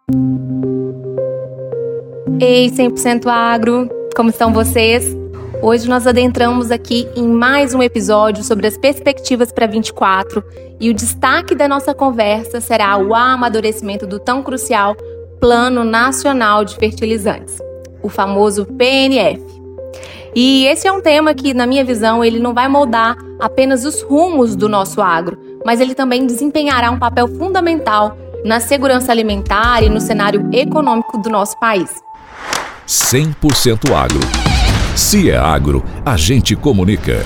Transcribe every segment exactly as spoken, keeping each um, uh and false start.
Ei, cem por cento Agro, como estão vocês? Hoje nós adentramos aqui em mais um episódio sobre as perspectivas para vinte e quatro e o destaque da nossa conversa será o amadurecimento do tão crucial Plano Nacional de Fertilizantes, o famoso P N F. E esse é um tema que, na minha visão, ele não vai moldar apenas os rumos do nosso agro, mas ele também desempenhará um papel fundamental na segurança alimentar e no cenário econômico do nosso país. cem por cento Agro. Se é agro, a gente comunica.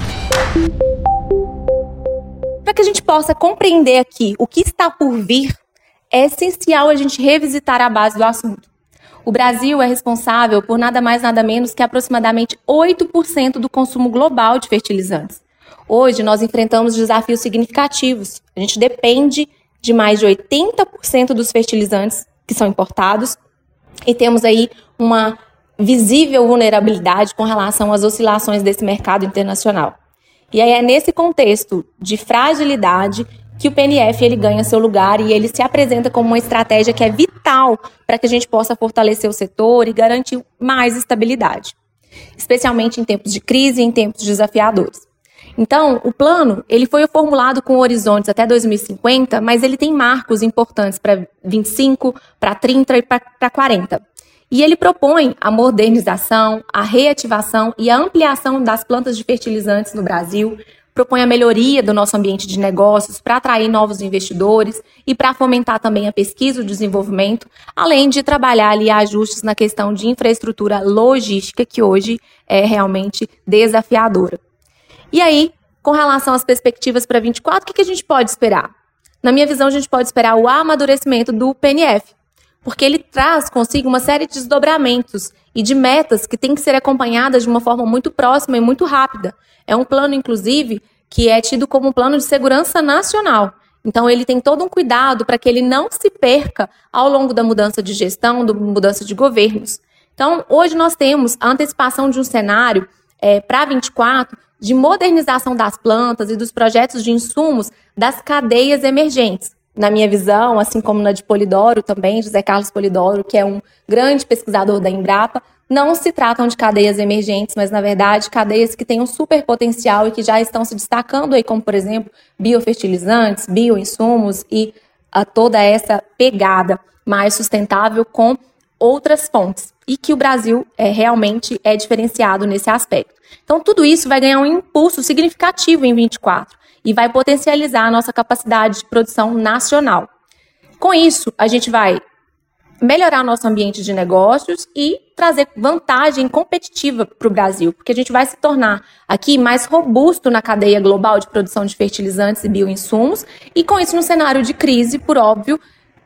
Para que a gente possa compreender aqui o que está por vir, é essencial a gente revisitar a base do assunto. O Brasil é responsável por nada mais nada menos que aproximadamente oito por cento do consumo global de fertilizantes. Hoje nós enfrentamos desafios significativos. A gente depende de mais de oitenta por cento dos fertilizantes que são importados e temos aí uma visível vulnerabilidade com relação às oscilações desse mercado internacional. E aí é nesse contexto de fragilidade que o P N F ele ganha seu lugar e ele se apresenta como uma estratégia que é vital para que a gente possa fortalecer o setor e garantir mais estabilidade, especialmente em tempos de crise e em tempos desafiadores. Então, o plano ele foi formulado com horizontes até dois mil e cinquenta, mas ele tem marcos importantes para vinte e cinco, para trinta e para quarenta. E ele propõe a modernização, a reativação e a ampliação das plantas de fertilizantes no Brasil, propõe a melhoria do nosso ambiente de negócios para atrair novos investidores e para fomentar também a pesquisa e o desenvolvimento, além de trabalhar ali ajustes na questão de infraestrutura logística, que hoje é realmente desafiadora. E aí, com relação às perspectivas para vinte e quatro, o que a gente pode esperar? Na minha visão, a gente pode esperar o amadurecimento do P N F, porque ele traz consigo uma série de desdobramentos e de metas que têm que ser acompanhadas de uma forma muito próxima e muito rápida. É um plano, inclusive, que é tido como um plano de segurança nacional. Então, ele tem todo um cuidado para que ele não se perca ao longo da mudança de gestão, da mudança de governos. Então, hoje nós temos a antecipação de um cenário é, para vinte e quatro de modernização das plantas e dos projetos de insumos das cadeias emergentes. Na minha visão, assim como na de Polidoro também, José Carlos Polidoro, que é um grande pesquisador da Embrapa, não se tratam de cadeias emergentes, mas, na verdade, cadeias que têm um super potencial e que já estão se destacando aí, como, por exemplo, biofertilizantes, bioinsumos e a toda essa pegada mais sustentável com outras fontes. E que o Brasil é, realmente é diferenciado nesse aspecto. Então, tudo isso vai ganhar um impulso significativo em vinte e quatro e vai potencializar a nossa capacidade de produção nacional. Com isso, a gente vai melhorar nosso ambiente de negócios e trazer vantagem competitiva para o Brasil, porque a gente vai se tornar aqui mais robusto na cadeia global de produção de fertilizantes e bioinsumos, e com isso, no cenário de crise, por óbvio,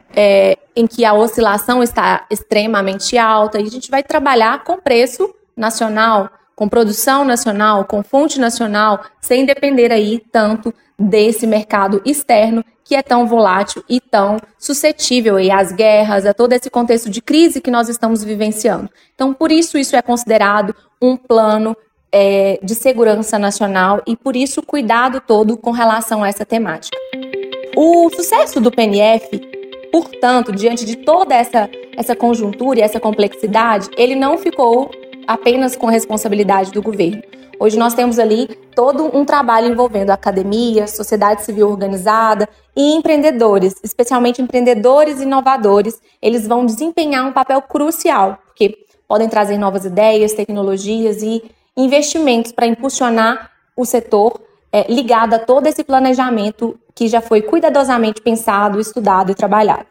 é, em que a oscilação está extremamente alta, e a gente vai trabalhar com preço nacional, com produção nacional, com fonte nacional, sem depender aí tanto desse mercado externo que é tão volátil e tão suscetível aí às guerras, a todo esse contexto de crise que nós estamos vivenciando. Então, por isso, isso é considerado um plano é, de segurança nacional e, por isso, o cuidado todo com relação a essa temática. O sucesso do P N F, portanto, diante de toda essa, essa conjuntura e essa complexidade, ele não ficou apenas com responsabilidade do governo. Hoje nós temos ali todo um trabalho envolvendo a academia, sociedade civil organizada e empreendedores, especialmente empreendedores inovadores. Eles vão desempenhar um papel crucial, porque podem trazer novas ideias, tecnologias e investimentos para impulsionar o setor é, ligado a todo esse planejamento que já foi cuidadosamente pensado, estudado e trabalhado.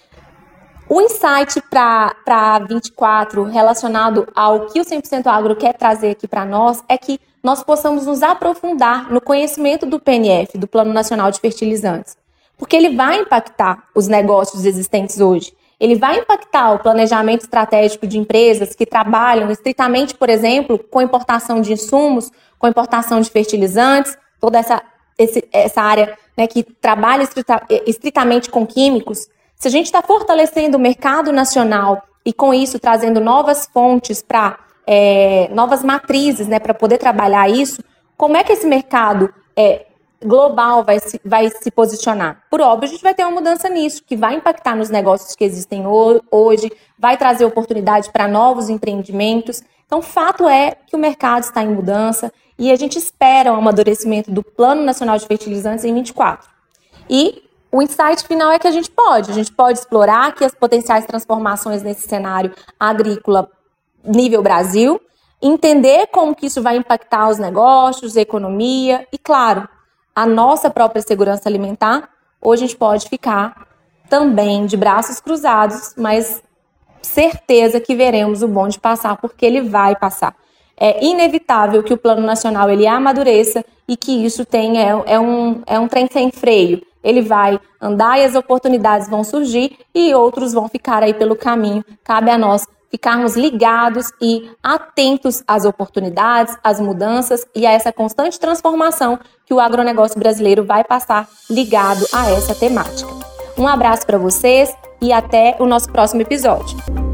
O insight para vinte e quatro relacionado ao que o cem por cento Agro quer trazer aqui para nós é que nós possamos nos aprofundar no conhecimento do P N F, do Plano Nacional de Fertilizantes, porque ele vai impactar os negócios existentes hoje. Ele vai impactar o planejamento estratégico de empresas que trabalham estritamente, por exemplo, com importação de insumos, com importação de fertilizantes, toda essa, esse, essa área, né, que trabalha estrita, estritamente com químicos. Se a gente está fortalecendo o mercado nacional e, com isso, trazendo novas fontes para é, novas matrizes, né, para poder trabalhar isso, como é que esse mercado é, global vai se, vai se posicionar? Por óbvio, a gente vai ter uma mudança nisso, que vai impactar nos negócios que existem hoje, vai trazer oportunidade para novos empreendimentos. Então, fato é que o mercado está em mudança e a gente espera o amadurecimento do Plano Nacional de Fertilizantes em vinte e quatro. E o insight final é que a gente pode, a gente pode explorar que as potenciais transformações nesse cenário agrícola nível Brasil, entender como que isso vai impactar os negócios, a economia e, claro, a nossa própria segurança alimentar. Hoje a gente pode ficar também de braços cruzados, mas certeza que veremos o bonde passar, porque ele vai passar. É inevitável que o Plano Nacional ele amadureça e que isso tenha, é, é, um, é um trem sem freio. Ele vai andar e as oportunidades vão surgir e outros vão ficar aí pelo caminho. Cabe a nós ficarmos ligados e atentos às oportunidades, às mudanças e a essa constante transformação que o agronegócio brasileiro vai passar ligado a essa temática. Um abraço para vocês e até o nosso próximo episódio.